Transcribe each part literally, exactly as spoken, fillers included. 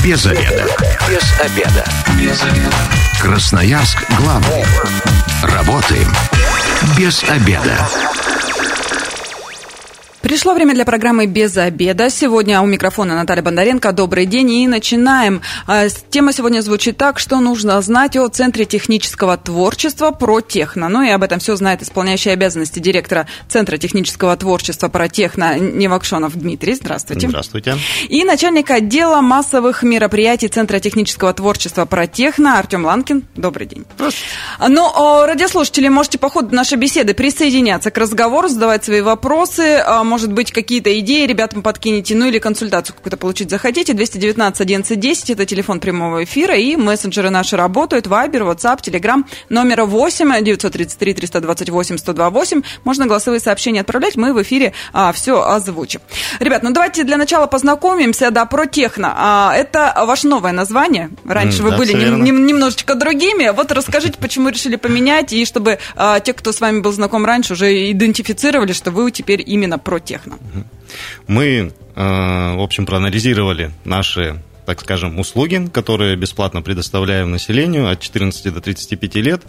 Без обеда. Без обеда. Без обеда. Красноярск главный. Работаем без обеда. Пришло время для программы «Без обеда». Сегодня у микрофона Наталья Бондаренко. Добрый день. И начинаем. Тема сегодня звучит так, что нужно знать о Центре технического творчества «Протехно». Ну и об этом все знает исполняющий обязанности директора Центра технического творчества «Протехно» Невакшонов Дмитрий. Здравствуйте. Здравствуйте. И начальник отдела массовых мероприятий Центра технического творчества «Протехно» Артем Ланкин. Добрый день. Здравствуйте. Ну, радиослушатели, можете по ходу нашей беседы присоединяться к разговору, задавать свои вопросы. Может быть, какие-то идеи ребятам подкинете, ну или консультацию какую-то получить захотите. двести девятнадцать одиннадцать десять, это телефон прямого эфира, и мессенджеры наши работают. Вайбер, Ватсап, Телеграм, номер восемь девятьсот тридцать три триста двадцать восемь сто двадцать восемь. Можно голосовые сообщения отправлять, мы в эфире а, все озвучим. Ребят, ну давайте для начала познакомимся. Да, «Протехно». А, это ваше новое название. Раньше mm, вы да, были нем, нем, немножечко другими. Вот расскажите, почему решили поменять, и чтобы а, те, кто с вами был знаком раньше, уже идентифицировали, что вы теперь именно «Протехно». Мы, в общем, проанализировали наши, так скажем, услуги, которые бесплатно предоставляем населению от четырнадцати до тридцати пяти лет,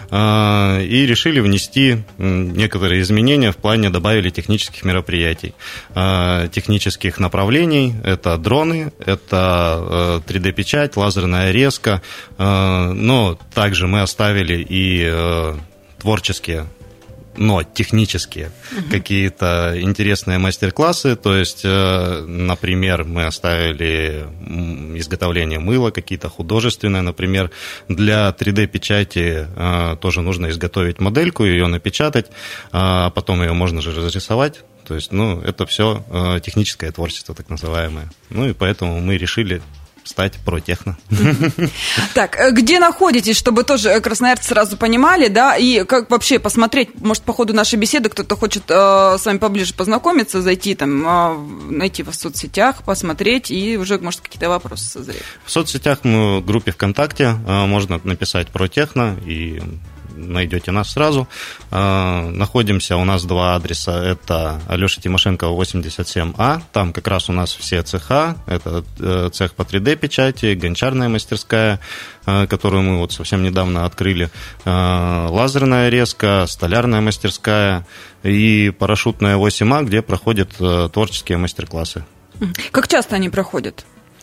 и решили внести некоторые изменения в плане, добавили технических мероприятий, технических направлений. Это дроны, это три дэ-печать, лазерная резка, но также мы оставили и творческие, но технические uh-huh. какие-то интересные мастер-классы, то есть, например, мы оставили изготовление мыла, какие-то художественные, например, для три дэ-печати тоже нужно изготовить модельку, ее напечатать, а потом ее можно же разрисовать, то есть, ну, это все техническое творчество, так называемое, ну и поэтому мы решили стать «Протехно». Так, где находитесь, чтобы тоже красноярцы сразу понимали, да, и как вообще посмотреть, может, по ходу нашей беседы кто-то хочет э, с вами поближе познакомиться, зайти там, э, найти вас в соцсетях, посмотреть, и уже, может, какие-то вопросы созреют. В соцсетях мы в группе ВКонтакте, э, можно написать «Протехно», и найдете нас сразу. Находимся, у нас два адреса, это Алёша Тимошенко, восемьдесят семь А, там как раз у нас все цеха, это цех по три дэ-печати, гончарная мастерская, которую мы вот совсем недавно открыли, лазерная резка, столярная мастерская и парашютная восемь А, где проходят творческие мастер-классы. Как часто они проходят?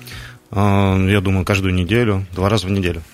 Я думаю, каждую неделю, два раза в неделю.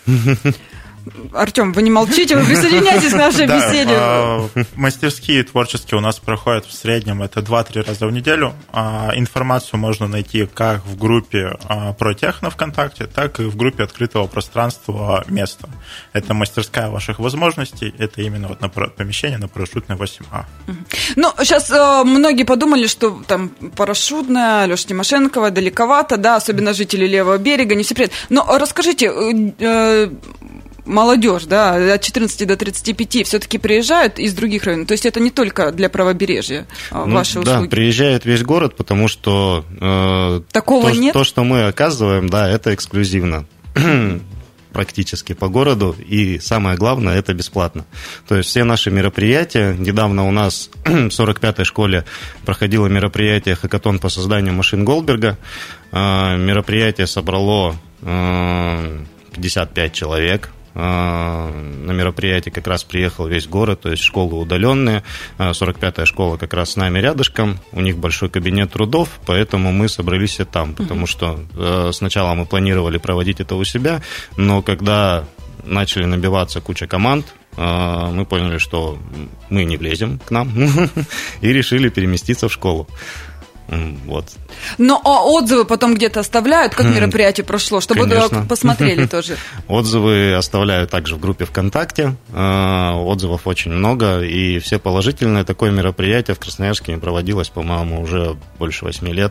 Артем, вы не молчите, вы присоединяйтесь к нашей беседе. Да, мастерские творческие у нас проходят в среднем это два-три раза в неделю. Информацию можно найти как в группе «Протехно» ВКонтакте, так и в группе открытого пространства «Место». Это мастерская ваших возможностей, это именно вот на помещение на парашютной восемь А. Ну, сейчас э, многие подумали, что там парашютная, Алёша Тимошенкова, далековато, да, особенно жители левого берега, не все приедут. Но расскажите, э, молодежь, да, от четырнадцати до тридцати пяти все-таки приезжают из других районов? То есть это не только для правобережья ну, ваши да, услуги? Да, приезжает весь город, потому что э, такого то, нет? То, что мы оказываем, да, это эксклюзивно практически по городу, и самое главное, это бесплатно. То есть все наши мероприятия, недавно у нас в сорок пятой школе проходило мероприятие «Хакатон по созданию машин Голдберга», мероприятие собрало пятьдесят пять человек. На мероприятие как раз приехал весь город, то есть школы удаленные. сорок пятая школа как раз с нами рядышком, у них большой кабинет трудов, поэтому мы собрались и там, потому что сначала мы планировали проводить это у себя, но когда начали набиваться куча команд, мы поняли, что мы не влезем к нам и решили переместиться в школу. Вот. Но а отзывы потом где-то оставляют, как мероприятие прошло, чтобы Конечно. посмотрели тоже? Отзывы оставляют также в группе ВКонтакте. Отзывов очень много, и все положительные. Такое мероприятие в Красноярске не проводилось, по-моему, уже больше восьми лет.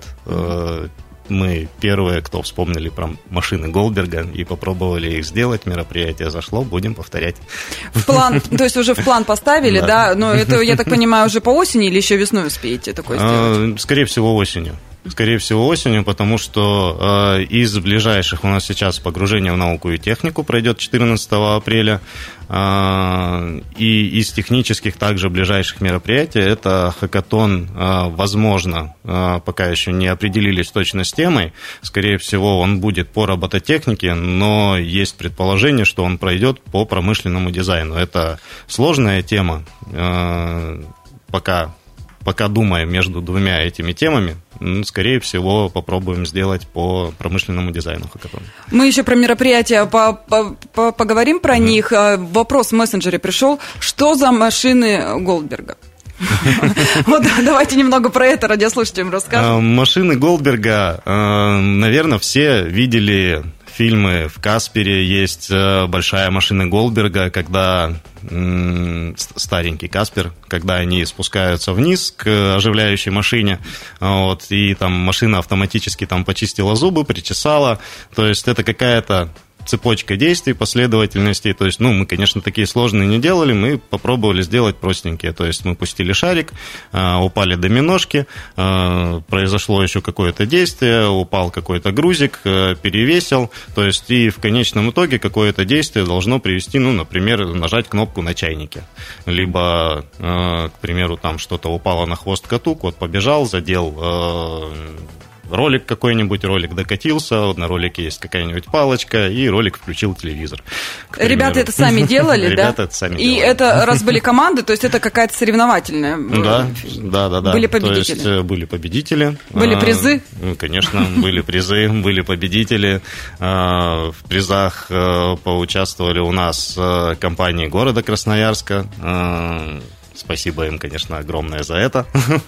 Мы первые, кто вспомнили про машины Голдберга и попробовали их сделать. Мероприятие зашло, будем повторять. В план, то есть уже в план поставили, да? да? Но это, я так понимаю, уже по осени или еще весной успеете такое сделать? Скорее всего, осенью. Скорее всего, осенью, потому что э, из ближайших у нас сейчас погружение в науку и технику пройдет четырнадцатого апреля. Э, и из технических также ближайших мероприятий это хакатон, э, возможно, э, пока еще не определились точно с темой. Скорее всего, он будет по робототехнике, но есть предположение, что он пройдет по промышленному дизайну. Это сложная тема. Э, пока... Пока думаем между двумя этими темами, ну, скорее всего, попробуем сделать по промышленному дизайну хакатон. Мы еще про мероприятия по, по, по, поговорим про mm-hmm. них. Вопрос в мессенджере пришел. Что за машины Голдберга? Вот давайте немного про это радиослушателям расскажем. Машины Голдберга, наверное, все видели фильмы. В «Каспере» есть большая машина Голдберга, когда старенький Каспер, когда они спускаются вниз к оживляющей машине, вот, и там машина автоматически там почистила зубы, причесала. То есть это какая-то цепочка действий, последовательностей. То есть, ну, мы, конечно, такие сложные не делали, мы попробовали сделать простенькие. То есть мы пустили шарик, упали доминошки, произошло еще какое-то действие, упал какой-то грузик, перевесил. То есть и в конечном итоге какое-то действие должно привести, ну, например, нажать кнопку на чайнике. Либо, к примеру, там что-то упало на хвост коту, кот побежал, задел ролик какой-нибудь, ролик докатился, на ролике есть какая-нибудь палочка, и ролик включил телевизор. Ребята это сами делали, да? Ребята это сами делали. И это, раз были команды, то есть это какая-то соревновательная? Да, да, да, да. Были победители? То есть были победители. Были призы? Конечно, были призы, были победители. В призах поучаствовали у нас компании города Красноярска. Спасибо им, конечно, огромное за это.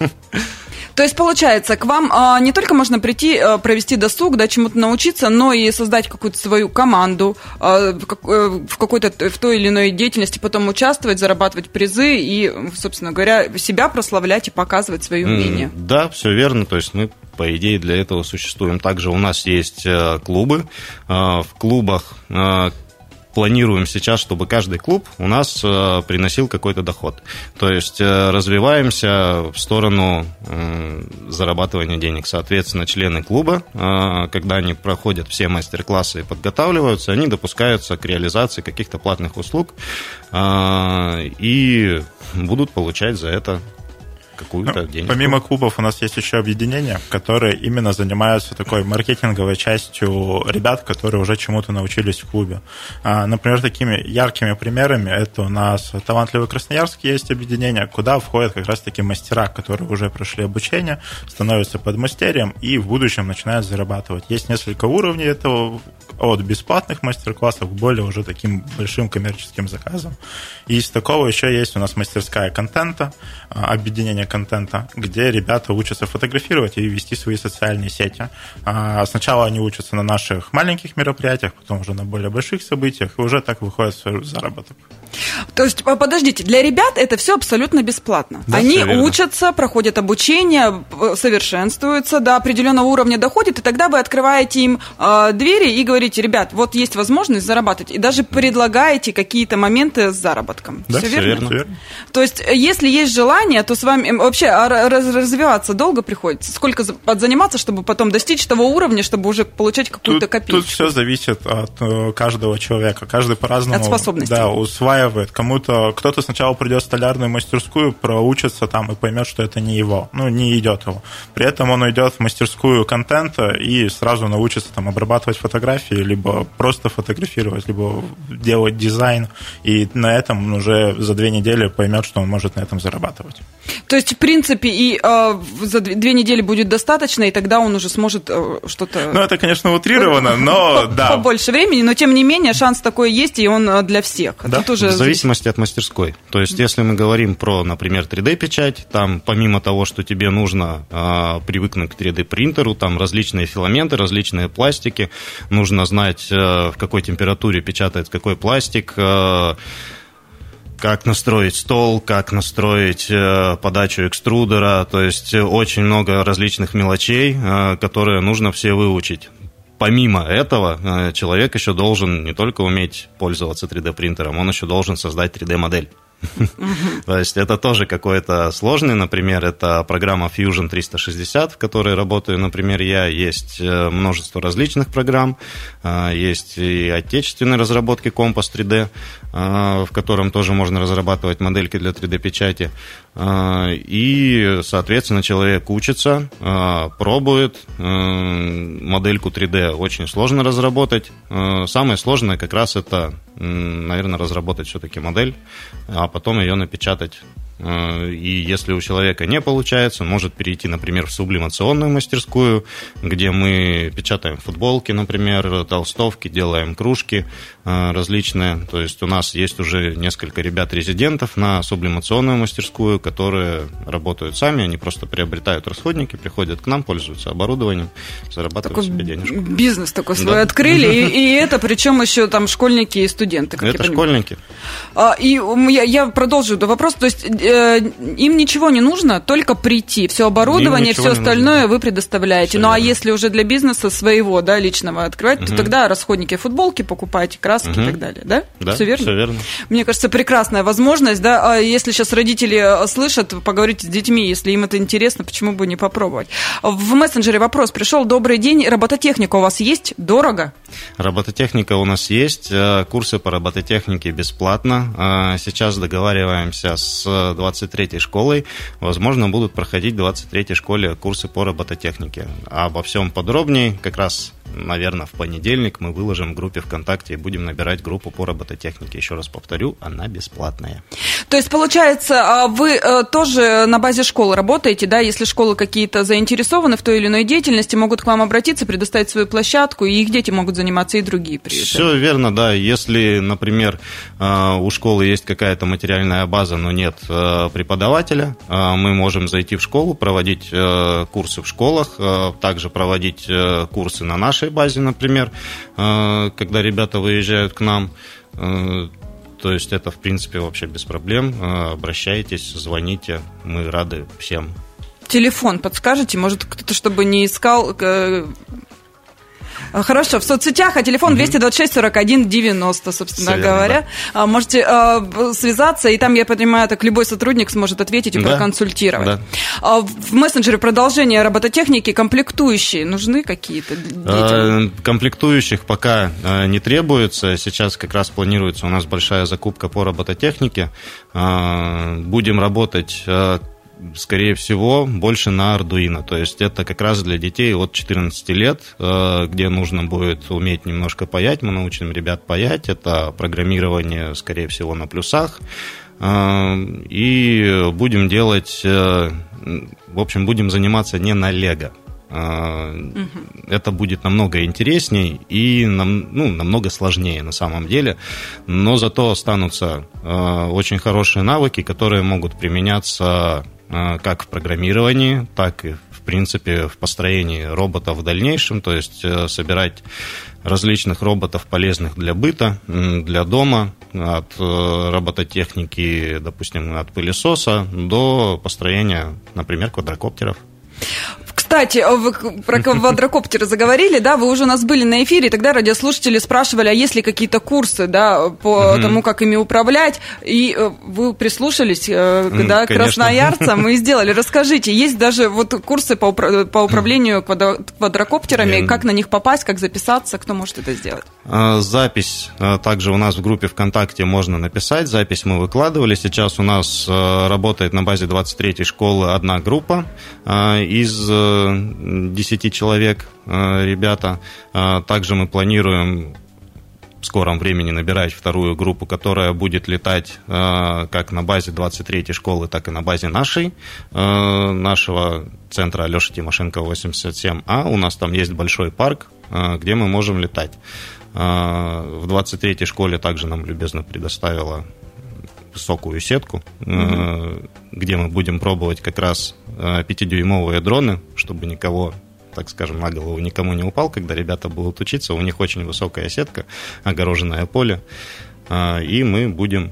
То есть, получается, к вам а, не только можно прийти, а, провести досуг, да, чему-то научиться, но и создать какую-то свою команду а, в, как, в какой-то в той или иной деятельности, потом участвовать, зарабатывать призы и, собственно говоря, себя прославлять и показывать свои умения. Mm, да, все верно. То есть мы, по идее, для этого существуем. Также у нас есть клубы. В клубах планируем сейчас, чтобы каждый клуб у нас э, приносил какой-то доход. То есть э, развиваемся в сторону э, зарабатывания денег. Соответственно, члены клуба, э, когда они проходят все мастер-классы и подготавливаются, они допускаются к реализации каких-то платных услуг э, и будут получать за это какую-то ну, денежку. Помимо клубов у нас есть еще объединения, которые именно занимаются такой маркетинговой частью ребят, которые уже чему-то научились в клубе. А, например, такими яркими примерами это у нас «Талантливый Красноярск» есть объединение, куда входят как раз-таки мастера, которые уже прошли обучение, становятся подмастерьем и в будущем начинают зарабатывать. Есть несколько уровней этого, от бесплатных мастер-классов к более уже таким большим коммерческим заказам. И из такого еще есть у нас мастерская контента, объединение контента, где ребята учатся фотографировать и вести свои социальные сети. Сначала они учатся на наших маленьких мероприятиях, потом уже на более больших событиях, и уже так выходит в заработок. То есть, подождите, для ребят это все абсолютно бесплатно. Да, они учатся, проходят обучение, совершенствуются, до определенного уровня доходят, и тогда вы открываете им э, двери и говорите: ребят, вот есть возможность заработать, и даже предлагаете какие-то моменты с заработком. Да, все, все верно? верно? верно. То есть, если есть желание, то с вами вообще развиваться долго приходится? Сколько подзаниматься, чтобы потом достичь того уровня, чтобы уже получать какую-то тут, копеечку? Тут все зависит от каждого человека. Каждый по-разному. От способностей. Да, усваивает. Кому-то, кто-то сначала придет в столярную мастерскую, проучится там и поймет, что это не его, ну, не идет его. При этом он уйдет в мастерскую контента и сразу научится там обрабатывать фотографии, либо просто фотографировать, либо делать дизайн, и на этом уже за две недели поймет, что он может на этом зарабатывать. То есть, в принципе, и э, за две недели будет достаточно, и тогда он уже сможет э, что-то... Ну, это, конечно, утрировано, но да. Побольше времени, но, тем не менее, шанс такой есть, и он для всех. Да. В зависимости от мастерской. То есть, если мы говорим про, например, три дэ-печать, там, помимо того, что тебе нужно э, привыкнуть к три дэ-принтеру, там различные филаменты, различные пластики, нужно знать, э, в какой температуре печатает какой пластик, э, как настроить стол, как настроить э, подачу экструдера, то есть очень много различных мелочей, э, которые нужно все выучить. Помимо этого, человек еще должен не только уметь пользоваться три дэ-принтером, он еще должен создать три дэ-модель. То есть это тоже какой-то сложный, например, это программа Fusion триста шестьдесят, в которой работаю, например, я. Есть множество различных программ, есть и отечественные разработки Compass три дэ, в котором тоже можно разрабатывать модельки для три дэ-печати. И, соответственно, человек учится, пробует. Модельку три дэ очень сложно разработать. Самое сложное как раз это, наверное, разработать все-таки модель, а потом ее напечатать. И если у человека не получается, он может перейти, например, в сублимационную мастерскую, где мы печатаем футболки, например, толстовки, делаем кружки различные. То есть у нас есть уже несколько ребят-резидентов на сублимационную мастерскую, которые работают сами, они просто приобретают расходники, приходят к нам, пользуются оборудованием, зарабатывают такой себе денежку. Бизнес такой свой да. открыли, и, и это причем еще там школьники и студенты. Как это школьники. А, и я, я продолжу вопрос, то есть им ничего не нужно, только прийти. Все оборудование, все остальное вы предоставляете. Все ну, верно. А если уже для бизнеса своего, да, личного открывать, угу. то тогда расходники, футболки покупаете, краски угу. и так далее, да? Да, все верно? Все верно. Мне кажется, прекрасная возможность, да, если сейчас родители слышат, поговорите с детьми, если им это интересно, почему бы не попробовать. В мессенджере вопрос пришел. Добрый день, робототехника у вас есть? Дорого? Робототехника у нас есть, курсы по робототехнике бесплатно. Сейчас договариваемся с двадцать третьей школой, возможно, будут проходить в двадцать третьей школе курсы по робототехнике. А обо всем подробнее как раз, наверное, в понедельник мы выложим в группе ВКонтакте и будем набирать группу по робототехнике. Еще раз повторю, она бесплатная. То есть, получается, вы тоже на базе школы работаете, да? Если школы какие-то заинтересованы в той или иной деятельности, могут к вам обратиться, предоставить свою площадку, и их дети могут заниматься, и другие при этом. Все верно, да. Если, например, у школы есть какая-то материальная база, но нет преподавателя, мы можем зайти в школу, проводить курсы в школах, также проводить курсы на нашей базе, например, когда ребята выезжают к нам. То есть это, в принципе, вообще без проблем. Обращайтесь, звоните, мы рады всем. Телефон подскажете? Может, кто-то, чтобы не искал... Хорошо, в соцсетях, а телефон двести двадцать шесть сорок один девяносто, собственно Все говоря. Верно, да. Можете э, связаться, и там, я понимаю, так любой сотрудник сможет ответить и да, проконсультировать. Да. В мессенджере продолжение робототехники комплектующие нужны какие-то детям? Комплектующих пока не требуется. Сейчас как раз планируется у нас большая закупка по робототехнике. Будем работать... скорее всего, больше на Arduino. То есть это как раз для детей от четырнадцати лет, где нужно будет уметь немножко паять. Мы научим ребят паять. Это программирование, скорее всего, на плюсах. И будем делать... В общем, будем заниматься не на Лего. Это будет намного интереснее и нам, ну, намного сложнее на самом деле, но зато останутся очень хорошие навыки, которые могут применяться как в программировании, так и, в принципе, в построении роботов в дальнейшем, то есть собирать различных роботов, полезных для быта, для дома, от робототехники, допустим, от пылесоса до построения, например, квадрокоптеров. Кстати, вы про квадрокоптеры заговорили, да, вы уже у нас были на эфире, тогда радиослушатели спрашивали, а есть ли какие-то курсы, да, по mm-hmm. тому, как ими управлять, и вы прислушались, mm, да, к красноярцам и сделали. Расскажите, есть даже вот курсы по, упра- по управлению квадрокоптерами, mm. как на них попасть, как записаться, кто может это сделать? Запись также у нас в группе ВКонтакте можно написать, запись мы выкладывали, сейчас у нас работает на базе двадцать третьей школы одна группа из десяти человек, ребята. Также мы планируем в скором времени набирать вторую группу, которая будет летать как на базе двадцать третьей школы, так и на базе нашей, нашего центра Алёши Тимошенко восемьдесят семь А. У нас там есть большой парк, где мы можем летать. В двадцать третьей школе также нам любезно предоставила высокую сетку, mm-hmm. где мы будем пробовать как раз пятидюймовые дроны, чтобы никого, так скажем, на голову никому не упал, когда ребята будут учиться. У них очень высокая сетка, огороженное поле, и мы будем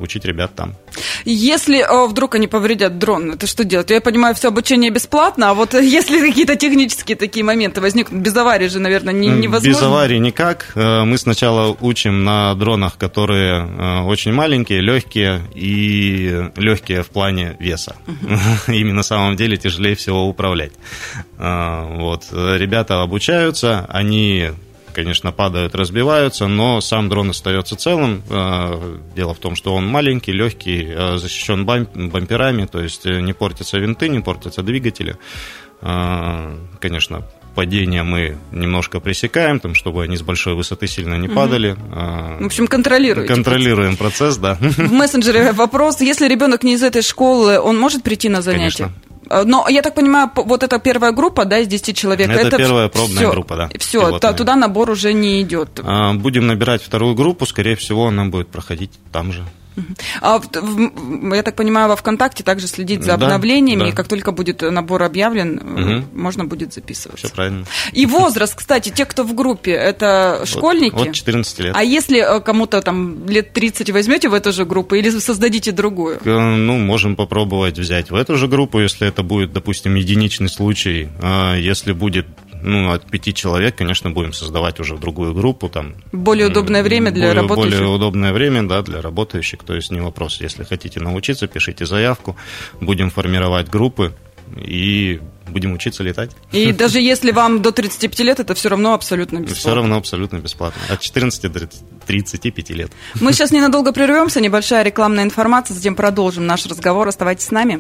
учить ребят там. Если э, вдруг они повредят дрон, это что делать? Я понимаю, все обучение бесплатно, а вот если какие-то технические такие моменты возникнут, без аварии же, наверное, не, невозможно? Без аварии никак. Мы сначала учим на дронах, которые очень маленькие, легкие и легкие в плане веса. Uh-huh. Ими на самом деле тяжелее всего управлять. Вот. Ребята обучаются, они... конечно, падают, разбиваются, но сам дрон остается целым. Дело в том, что он маленький, легкий, защищен бамперами, то есть не портятся винты, не портятся двигатели. Конечно, падение мы немножко пресекаем, там, чтобы они с большой высоты сильно не падали. В общем, контролируете. Контролируем процесс, да. В мессенджере вопрос, если ребенок не из этой школы, он может прийти на занятия? Конечно. Но, я так понимаю, вот эта первая группа, да, из десяти человек. Это, это первая пробная все, группа, да. Все, туда набор уже не идет. Будем набирать вторую группу, скорее всего, она будет проходить там же. А, я так понимаю, во ВКонтакте также следить за обновлениями, да, да. И как только будет набор объявлен, угу. можно будет записываться. Все правильно. И возраст, кстати, те, кто в группе, это школьники? От четырнадцати лет. А если кому-то там лет тридцать возьмете в эту же группу или создадите другую? Ну, можем попробовать взять в эту же группу, если это будет, допустим, единичный случай. А если будет ну, от пяти человек, конечно, будем создавать уже в другую группу. Там, более удобное время для более, работающих? Более удобное время, да, для работающих. То есть не вопрос. Если хотите научиться, пишите заявку. Будем формировать группы и будем учиться летать. И даже если вам до тридцати пяти лет, это все равно абсолютно бесплатно? Все равно абсолютно бесплатно. От четырнадцати до тридцати пяти лет. Мы сейчас ненадолго прервемся. Небольшая рекламная информация. Затем продолжим наш разговор. Оставайтесь с нами.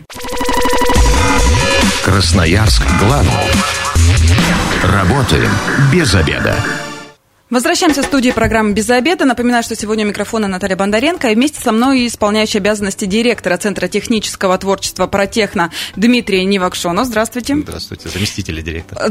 Красноярск главный. Работаем без обеда. Возвращаемся в студию программы «Без обеда». Напоминаю, что сегодня у микрофона Наталья Бондаренко. И вместе со мной исполняющий обязанности директора Центра технического творчества «Протехно» Дмитрий Невакшонов. Здравствуйте. Здравствуйте. Заместитель директора.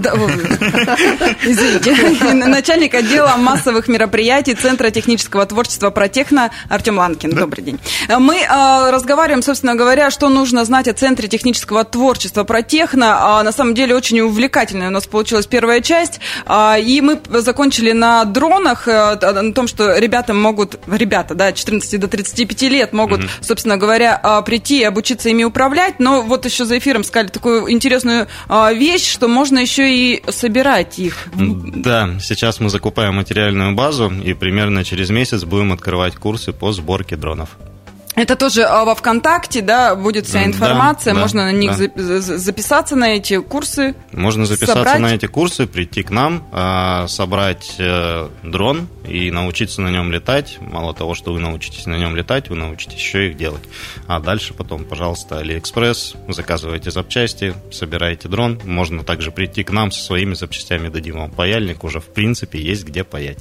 Извините. Начальник отдела массовых мероприятий Центра технического творчества «Протехно» Артем Ланкин. Добрый день. Мы разговариваем, собственно говоря, что нужно знать о Центре технического творчества «Протехно». На самом деле очень увлекательная у нас получилась первая часть. И мы закончили на дронах, о том, что ребята могут, ребята, да, от четырнадцати до тридцати пяти лет могут, mm-hmm. собственно говоря, прийти и обучиться ими управлять, но вот еще за эфиром сказали такую интересную вещь, что можно еще и собирать их. Да, сейчас мы закупаем материальную базу и примерно через месяц будем открывать курсы по сборке дронов. Это тоже во ВКонтакте, да, будет вся информация, да, можно да, на них да. записаться на эти курсы. Можно записаться собрать. на эти курсы, прийти к нам, собрать дрон и научиться на нем летать. Мало того, что вы научитесь на нем летать, вы научитесь еще их делать. А дальше потом, пожалуйста, Алиэкспресс, заказывайте запчасти, собирайте дрон. Можно также прийти к нам со своими запчастями, дадим вам паяльник, уже в принципе есть где паять.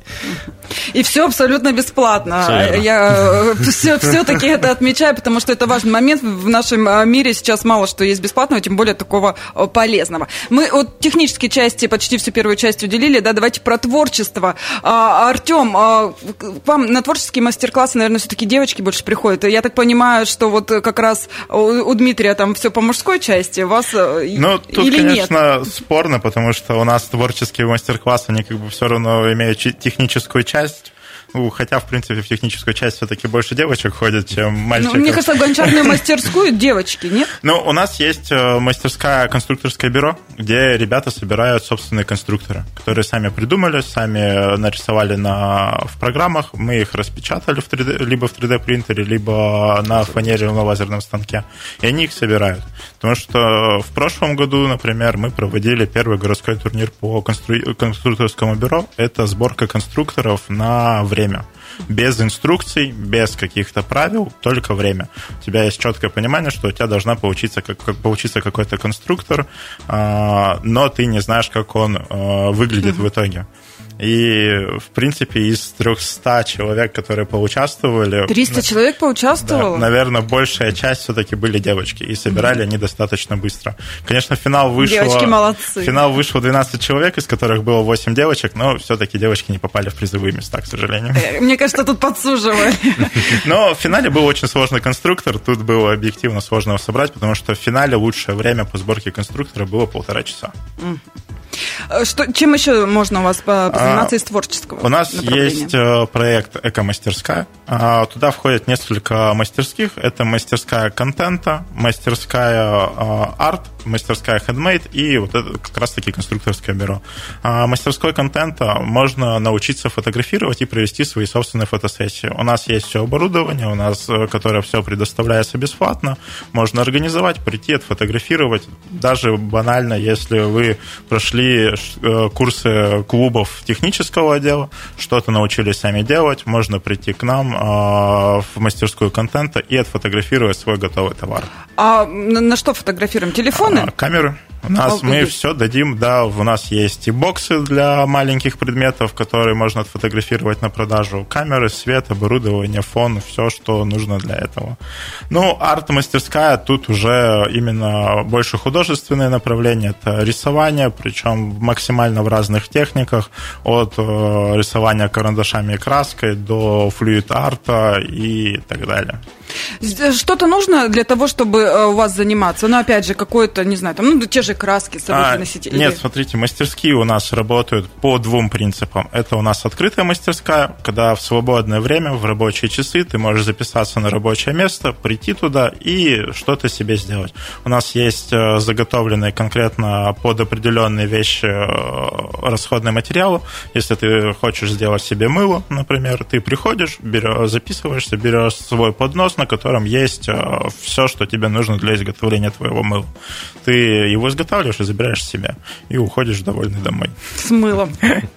И все абсолютно бесплатно. Все Я все, все-таки это отмечаю, потому что это важный момент. В нашем мире сейчас мало что есть бесплатного, тем более такого полезного. Мы от технической части почти всю первую часть уделили, да, давайте про творчество. Артем, к вам на творческие мастер-классы, наверное, все-таки девочки больше приходят. Я так понимаю, что вот как раз у Дмитрия там все по мужской части, у вас ну, тут, или конечно, нет? Спорно, потому что у нас творческие мастер-классы, они как бы все равно имеют техническую часть. Ну, хотя, в принципе, в техническую часть все-таки больше девочек ходят, чем мальчиков. Ну, мне кажется, гончарную мастерскую девочки, нет? Ну, у нас есть мастерская конструкторское бюро, где ребята собирают собственные конструкторы, которые сами придумали, сами нарисовали на, в программах, мы их распечатали в три дэ, либо в три дэ принтере, либо на фанере на лазерном станке, и они их собирают. Потому что в прошлом году, например, мы проводили первый городской турнир по констру... конструкторскому бюро. Это сборка конструкторов на время. Время. Без инструкций, без каких-то правил, только время. У тебя есть четкое понимание, что у тебя должна получиться, как, как, получиться какой-то конструктор, э, но ты не знаешь, как он э, выглядит в итоге. И, в принципе, из трехсот человек, которые поучаствовали... триста человек поучаствовало? Да, наверное, большая часть все-таки были девочки, и собирали mm-hmm. они достаточно быстро. Конечно, в финал вышло... Девочки молодцы. В финал вышло двенадцать человек, из которых было восемь девочек, но все-таки девочки не попали в призовые места, к сожалению. Мне кажется, тут подсуживали. Но в финале был очень сложный конструктор, тут было объективно сложно его собрать, потому что в финале лучшее время по сборке конструктора было полтора часа. Что, чем еще можно у вас позаниматься а, из творческого У нас есть проект «Эко-мастерская». Туда входит несколько мастерских. Это мастерская контента, мастерская арт, мастерская хендмейд и вот это как раз-таки конструкторское бюро. Мастерской контента можно научиться фотографировать и провести свои собственные фотосессии. У нас есть все оборудование, у нас, которое все предоставляется бесплатно. Можно организовать, прийти, отфотографировать. Даже банально, если вы прошли курсы клубов технического отдела, что-то научились сами делать, можно прийти к нам в мастерскую контента и отфотографировать свой готовый товар. А на что фотографируем? Телефоны? А, камеры. У нас а, мы есть. все дадим, да, у нас есть и боксы для маленьких предметов, которые можно отфотографировать на продажу, камеры, свет, оборудование, фон, все, что нужно для этого. Ну, арт-мастерская, тут уже именно больше художественное направление, это рисование, причем максимально в разных техниках, от рисования карандашами и краской до флюид-арта и так далее. Что-то нужно для того, чтобы у вас заниматься? Ну, опять же, какое-то, не знаю, там, ну, те же краски с собой а, приносить? Нет, смотрите, мастерские у нас работают по двум принципам. Это у нас открытая мастерская, когда в свободное время, в рабочие часы ты можешь записаться на рабочее место, прийти туда и что-то себе сделать. У нас есть заготовленные конкретно под определенные вещи расходные материалы. Если ты хочешь сделать себе мыло, например, ты приходишь, берешь, записываешься, берешь свой поднос, на котором есть все, что тебе нужно для изготовления твоего мыла. Ты его изготавливаешь и забираешь себе, и уходишь довольный домой. С мылом.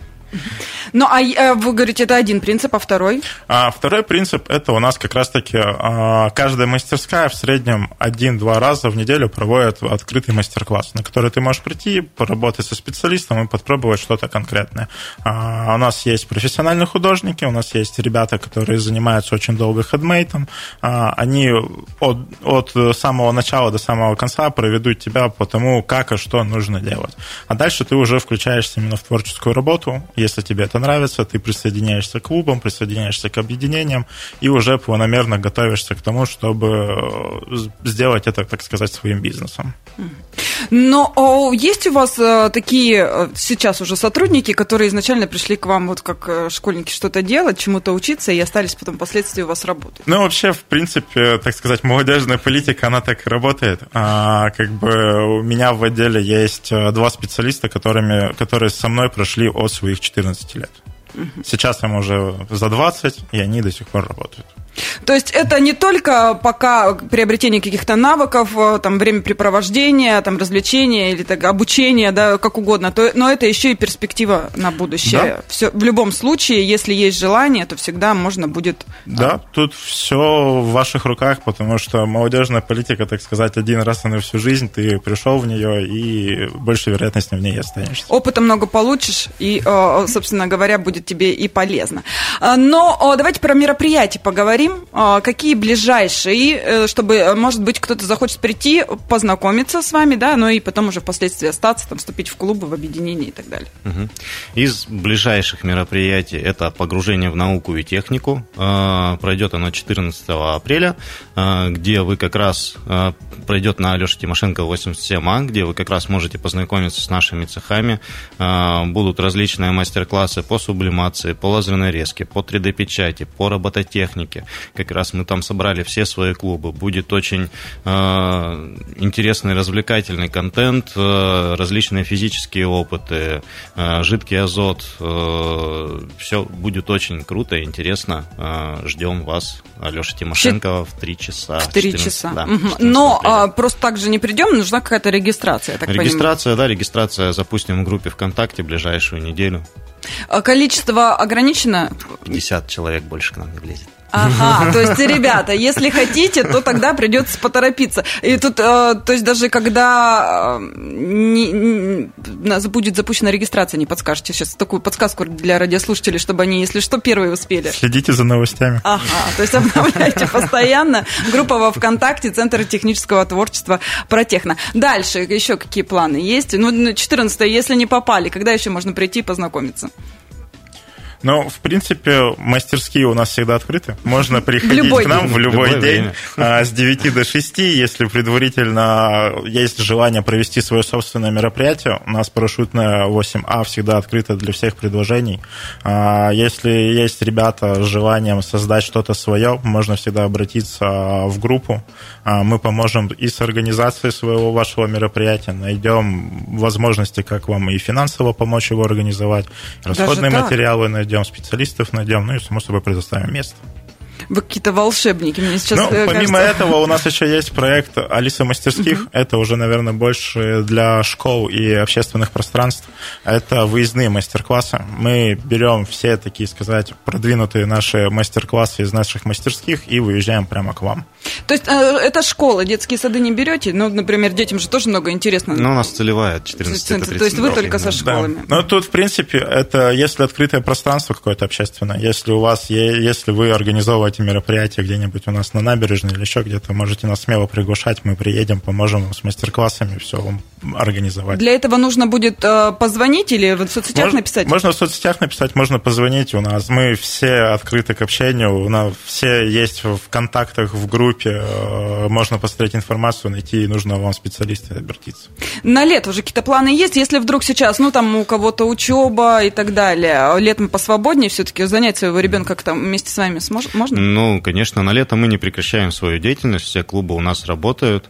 Ну, а вы говорите, это один принцип, а второй? А второй принцип, это у нас как раз-таки каждая мастерская в среднем один-два раза в неделю проводит открытый мастер-класс, на который ты можешь прийти, поработать со специалистом и подпробовать что-то конкретное. У нас есть профессиональные художники, у нас есть ребята, которые занимаются очень долго хендмейдом. Они от, от самого начала до самого конца проведут тебя по тому, как и что нужно делать. А дальше ты уже включаешься именно в творческую работу. Если тебе это нравится, ты присоединяешься к клубам, присоединяешься к объединениям и уже планомерно готовишься к тому, чтобы сделать это, так сказать, своим бизнесом. Но есть у вас такие сейчас уже сотрудники, которые изначально пришли к вам вот как школьники что-то делать, чему-то учиться и остались потом впоследствии у вас работать? Ну, вообще, в принципе, так сказать, молодежная политика, она так и работает. А, как бы у меня в отделе есть два специалиста, которыми, которые со мной прошли от своих четырнадцати лет. Сейчас им уже за двадцать, и они до сих пор работают. То есть это не только пока приобретение каких-то навыков, там, времяпрепровождения, там, развлечения или так, обучения, да, как угодно, то, но это еще и перспектива на будущее. Да. Все, в любом случае, если есть желание, то всегда можно будет... Да, тут все в ваших руках, потому что молодежная политика, так сказать, один раз на всю жизнь, ты пришел в нее, и больше вероятности в ней останешься. Опыта много получишь, и, собственно говоря, будет тебе и полезно. Но давайте про мероприятия поговорим. Какие ближайшие, чтобы, может быть, кто-то захочет прийти, познакомиться с вами, да, но и потом уже впоследствии остаться, там, вступить в клубы, в объединения и так далее. Угу. Из ближайших мероприятий это погружение в науку и технику. Пройдет оно четырнадцатого апреля, где вы как раз пройдет на Алёше Тимошенко восемьдесят семь А, где вы как раз можете познакомиться с нашими цехами. Будут различные мастер-классы по сублимации, по лазерной резке, по три дэ-печати, по робототехнике. Как раз мы там собрали все свои клубы. Будет очень э, интересный, развлекательный контент, э, различные физические опыты, э, жидкий азот. Э, все будет очень круто и интересно. Э, ждем вас, Алёша Тимошенко, в три часа. В три часа. Да, угу. Но а, просто так же не придем, нужна какая-то регистрация, я так Регистрация, понимаю. да, регистрация запустим в группе ВКонтакте в ближайшую неделю. Количество ограничено? пятьдесят человек больше к нам не влезет. Ага, то есть, ребята, если хотите, то тогда придется поторопиться. И тут, э, то есть, даже когда э, не, не, будет запущена регистрация, не подскажете сейчас такую подсказку для радиослушателей, чтобы они, если что, первые успели. Следите за новостями. Ага, то есть, обновляйте постоянно. Группа во ВКонтакте, Центр технического творчества «Протехно». Дальше еще какие планы есть? Ну, четырнадцатое, если не попали, когда еще можно прийти и познакомиться? Ну, в принципе, мастерские у нас всегда открыты. Можно приходить к нам в любой, любой день с девяти до шести. Если предварительно есть желание провести свое собственное мероприятие, у нас парашютная восемь А всегда открыта для всех предложений. Если есть ребята с желанием создать что-то свое, можно всегда обратиться в группу. Мы поможем и с организацией своего вашего мероприятия, найдем возможности, как вам и финансово помочь его организовать, расходные материалы найдем, специалистов найдем, ну и, само собой, предоставим место. Вы какие-то волшебники, мне сейчас ну, кажется. Помимо этого, у нас еще есть проект «Алиса мастерских». Uh-huh. Это уже, наверное, больше для школ и общественных пространств. Это выездные мастер-классы. Мы берем все, такие сказать, продвинутые наши мастер-классы из наших мастерских и выезжаем прямо к вам. То есть это школа, детские сады не берете? Ну, например, детям же тоже много интересно. Ну, у нас целевая от четырнадцати до тридцати. То есть вы только со школами? Да. Ну, тут, в принципе, это если открытое пространство какое-то общественное, если у вас, если вы организовываете мероприятие где-нибудь у нас на набережной или еще где-то, можете нас смело приглашать, мы приедем, поможем вам с мастер-классами все вам организовать. Для этого нужно будет позвонить или в соцсетях можно, написать? Можно в соцсетях написать, можно позвонить. У нас мы все открыты к общению, у нас все есть в контактах, в группе, можно посмотреть информацию, найти нужного вам специалиста и обратиться. На лето уже какие-то планы есть? Если вдруг сейчас, ну, там у кого-то учеба и так далее, летом посвободнее все-таки занять своего ребенка как-то вместе с вами можно? Ну, конечно, на лето мы не прекращаем свою деятельность, все клубы у нас работают.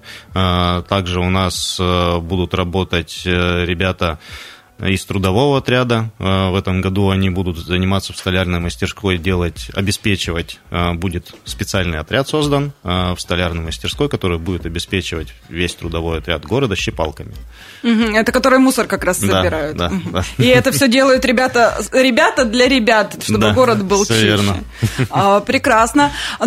Также у нас будут работать ребята из трудового отряда. В этом году они будут заниматься в столярной мастерской, делать, обеспечивать. Будет специальный отряд создан в столярной мастерской, который будет обеспечивать весь трудовой отряд города щипалками. Это которые мусор как раз собирают. Да, да, да. И это все делают ребята, ребята для ребят, чтобы да, город был чище. Верно. Прекрасно.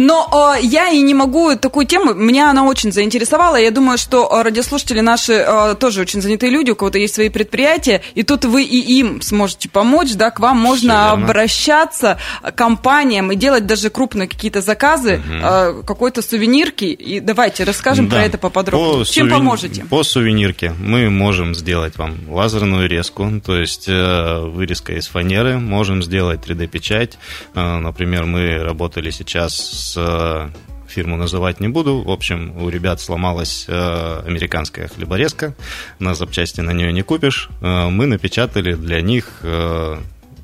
Но я и не могу такую тему, меня она очень заинтересовала. Я думаю, что радиослушатели наши тоже очень занятые люди, у кого-то есть свои предприятия, и тут вы и им сможете помочь, да, к вам можно обращаться к компаниям и делать даже крупные какие-то заказы, угу. какой-то сувенирки. И давайте расскажем да. про это поподробнее. По Чем сувен... поможете? По сувенирке мы можем сделать вам лазерную резку, то есть вырезка из фанеры, можем сделать три дэ-печать. Например, мы работали сейчас с... Фирму называть не буду. В общем, у ребят сломалась э, американская хлеборезка. На запчасти на нее не купишь. Э, мы напечатали для них э,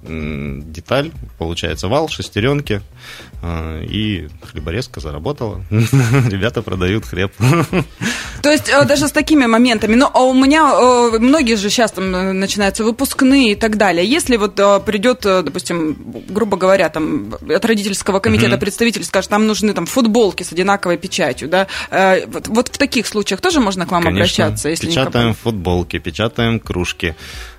деталь, получается вал, шестеренки, э, и хлеборезка заработала. Ребята продают хлеб. То есть даже с такими моментами. Но у меня многие же сейчас там начинаются выпускные и так далее. Если вот придет, допустим, грубо говоря, там от родительского комитета mm-hmm. представитель скажет, нам нужны там футболки с одинаковой печатью, да, вот, вот в таких случаях тоже можно к вам Конечно. обращаться? Если печатаем никак... футболки, печатаем кружки,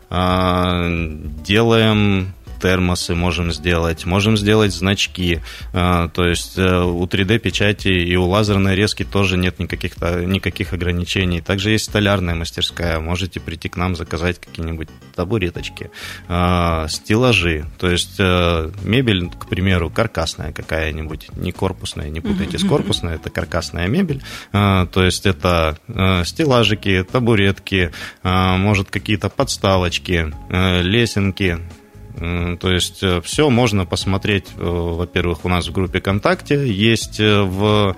делаем... термосы можем сделать, можем сделать значки, то есть у три дэ-печати и у лазерной резки тоже нет никаких, никаких ограничений. Также есть столярная мастерская, можете прийти к нам, заказать какие-нибудь табуреточки, стеллажи, то есть мебель, к примеру, каркасная какая-нибудь, не корпусная, не путайте с корпусной, это каркасная мебель, то есть это стеллажики, табуретки, может какие-то подставочки, лесенки. То есть все можно посмотреть, во-первых, у нас в группе ВКонтакте, есть в,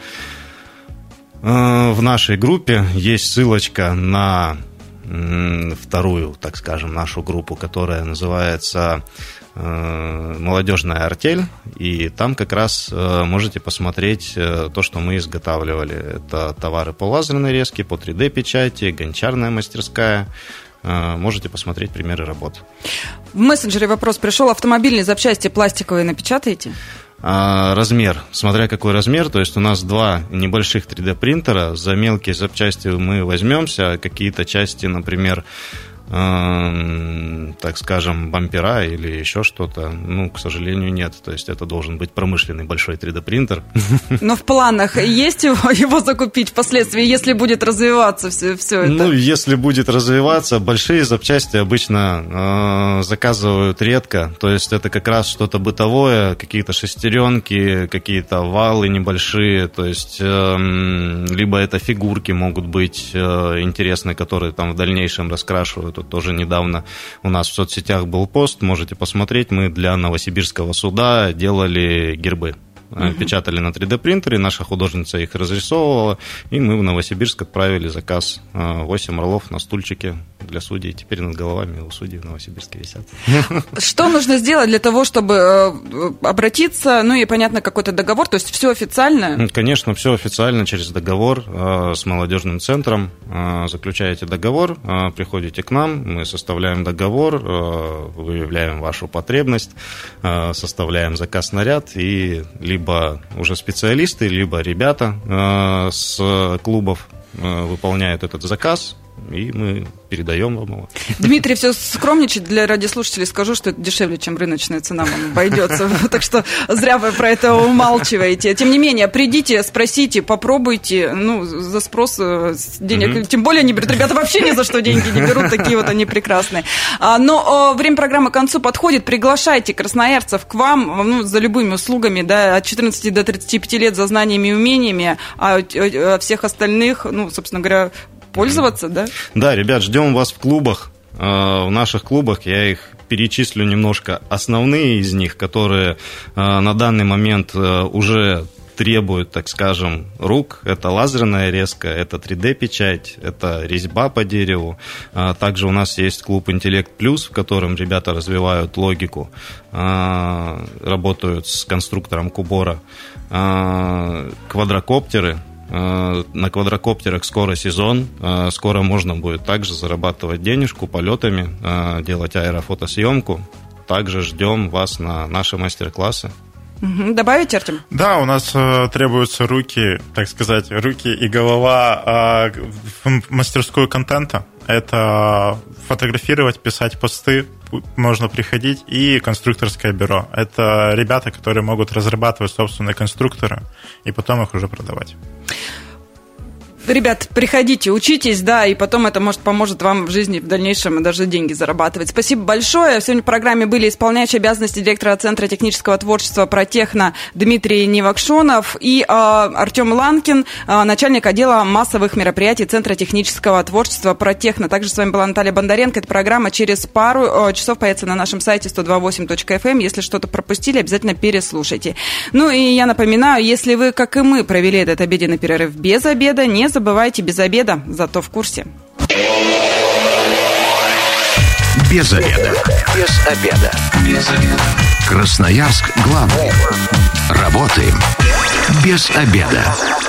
в нашей группе есть ссылочка на вторую, так скажем, нашу группу, которая называется «Молодежная артель», и там как раз можете посмотреть то, что мы изготавливали. Это товары по лазерной резке, по три дэ-печати, гончарная мастерская. Можете посмотреть примеры работ. В мессенджере вопрос пришел. Автомобильные запчасти пластиковые напечатаете? Размер, смотря какой размер, то есть у нас два небольших три дэ-принтера, за мелкие запчасти мы возьмемся, а какие-то части, например, так скажем, бампера или еще что-то, ну, к сожалению, нет. То есть это должен быть промышленный большой три дэ-принтер. Но в планах есть его, его закупить впоследствии, если будет развиваться все, все это? Ну, если будет развиваться, большие запчасти обычно э, заказывают редко. То есть это как раз что-то бытовое, какие-то шестеренки, какие-то валы небольшие. То есть э, либо это фигурки могут быть э, интересные, которые там в дальнейшем раскрашивают. Тут тоже недавно у нас в соцсетях был пост, можете посмотреть, мы для Новосибирского суда делали гербы. Uh-huh. Печатали на три дэ принтере, наша художница их разрисовывала, и мы в Новосибирск отправили заказ. восемь орлов на стульчике для судей. Теперь над головами у судей в Новосибирске висят. Что нужно сделать для того, чтобы обратиться? Ну и, понятно, какой-то договор, то есть все официально? Конечно, все официально через договор с молодежным центром. Заключаете договор, приходите к нам, мы составляем договор, выявляем вашу потребность, составляем заказ на ряд, и либо уже специалисты, либо ребята э, с клубов э, выполняют этот заказ, и мы передаем вам его. Дмитрий все скромничает. Для радиослушателей скажу, что это дешевле, чем рыночная цена вам обойдется. Так что зря вы про это умалчиваете. Тем не менее, придите, спросите, попробуйте. Ну, за спрос денег mm-hmm. тем более не берут. Ребята вообще ни за что деньги не берут. Такие вот они прекрасные. Но время программы к концу подходит. Приглашайте красноярцев к вам, ну, за любыми услугами, да, от четырнадцати до тридцати пяти лет за знаниями и умениями, а всех остальных, ну, собственно говоря, пользоваться, да? Да, ребят, ждем вас в клубах. В наших клубах я их перечислю немножко. Основные из них, которые на данный момент уже требуют, так скажем, рук. Это лазерная резка, это три дэ-печать, это резьба по дереву. Также у нас есть клуб «Интеллект Плюс», в котором ребята развивают логику, работают с конструктором Кубора. Квадрокоптеры. На квадрокоптерах скоро сезон, скоро можно будет также зарабатывать денежку полетами, делать аэрофотосъемку. Также ждем вас на наши мастер-классы. Добавить, Артем? Да, у нас э, требуются руки, так сказать, руки и голова э, в мастерскую контента. Это фотографировать, писать посты, можно приходить, и конструкторское бюро. Это ребята, которые могут разрабатывать собственные конструкторы и потом их уже продавать. Ребят, приходите, учитесь, да, и потом это, может, поможет вам в жизни в дальнейшем даже деньги зарабатывать. Спасибо большое. Сегодня в программе были исполняющий обязанности директора Центра технического творчества «Протехно» Дмитрий Невакшонов и э, Артем Ланкин, э, начальник отдела массовых мероприятий Центра технического творчества «Протехно». Также с вами была Наталья Бондаренко. Эта программа через пару э, часов появится на нашем сайте сто два восемь точка эф эм. Если что-то пропустили, обязательно переслушайте. Ну и я напоминаю, если вы, как и мы, провели этот обеденный перерыв без обеда, не забывайте, без обеда, зато в курсе. Без обеда. Без обеда. Без обеда. Красноярск главный. Работаем без обеда.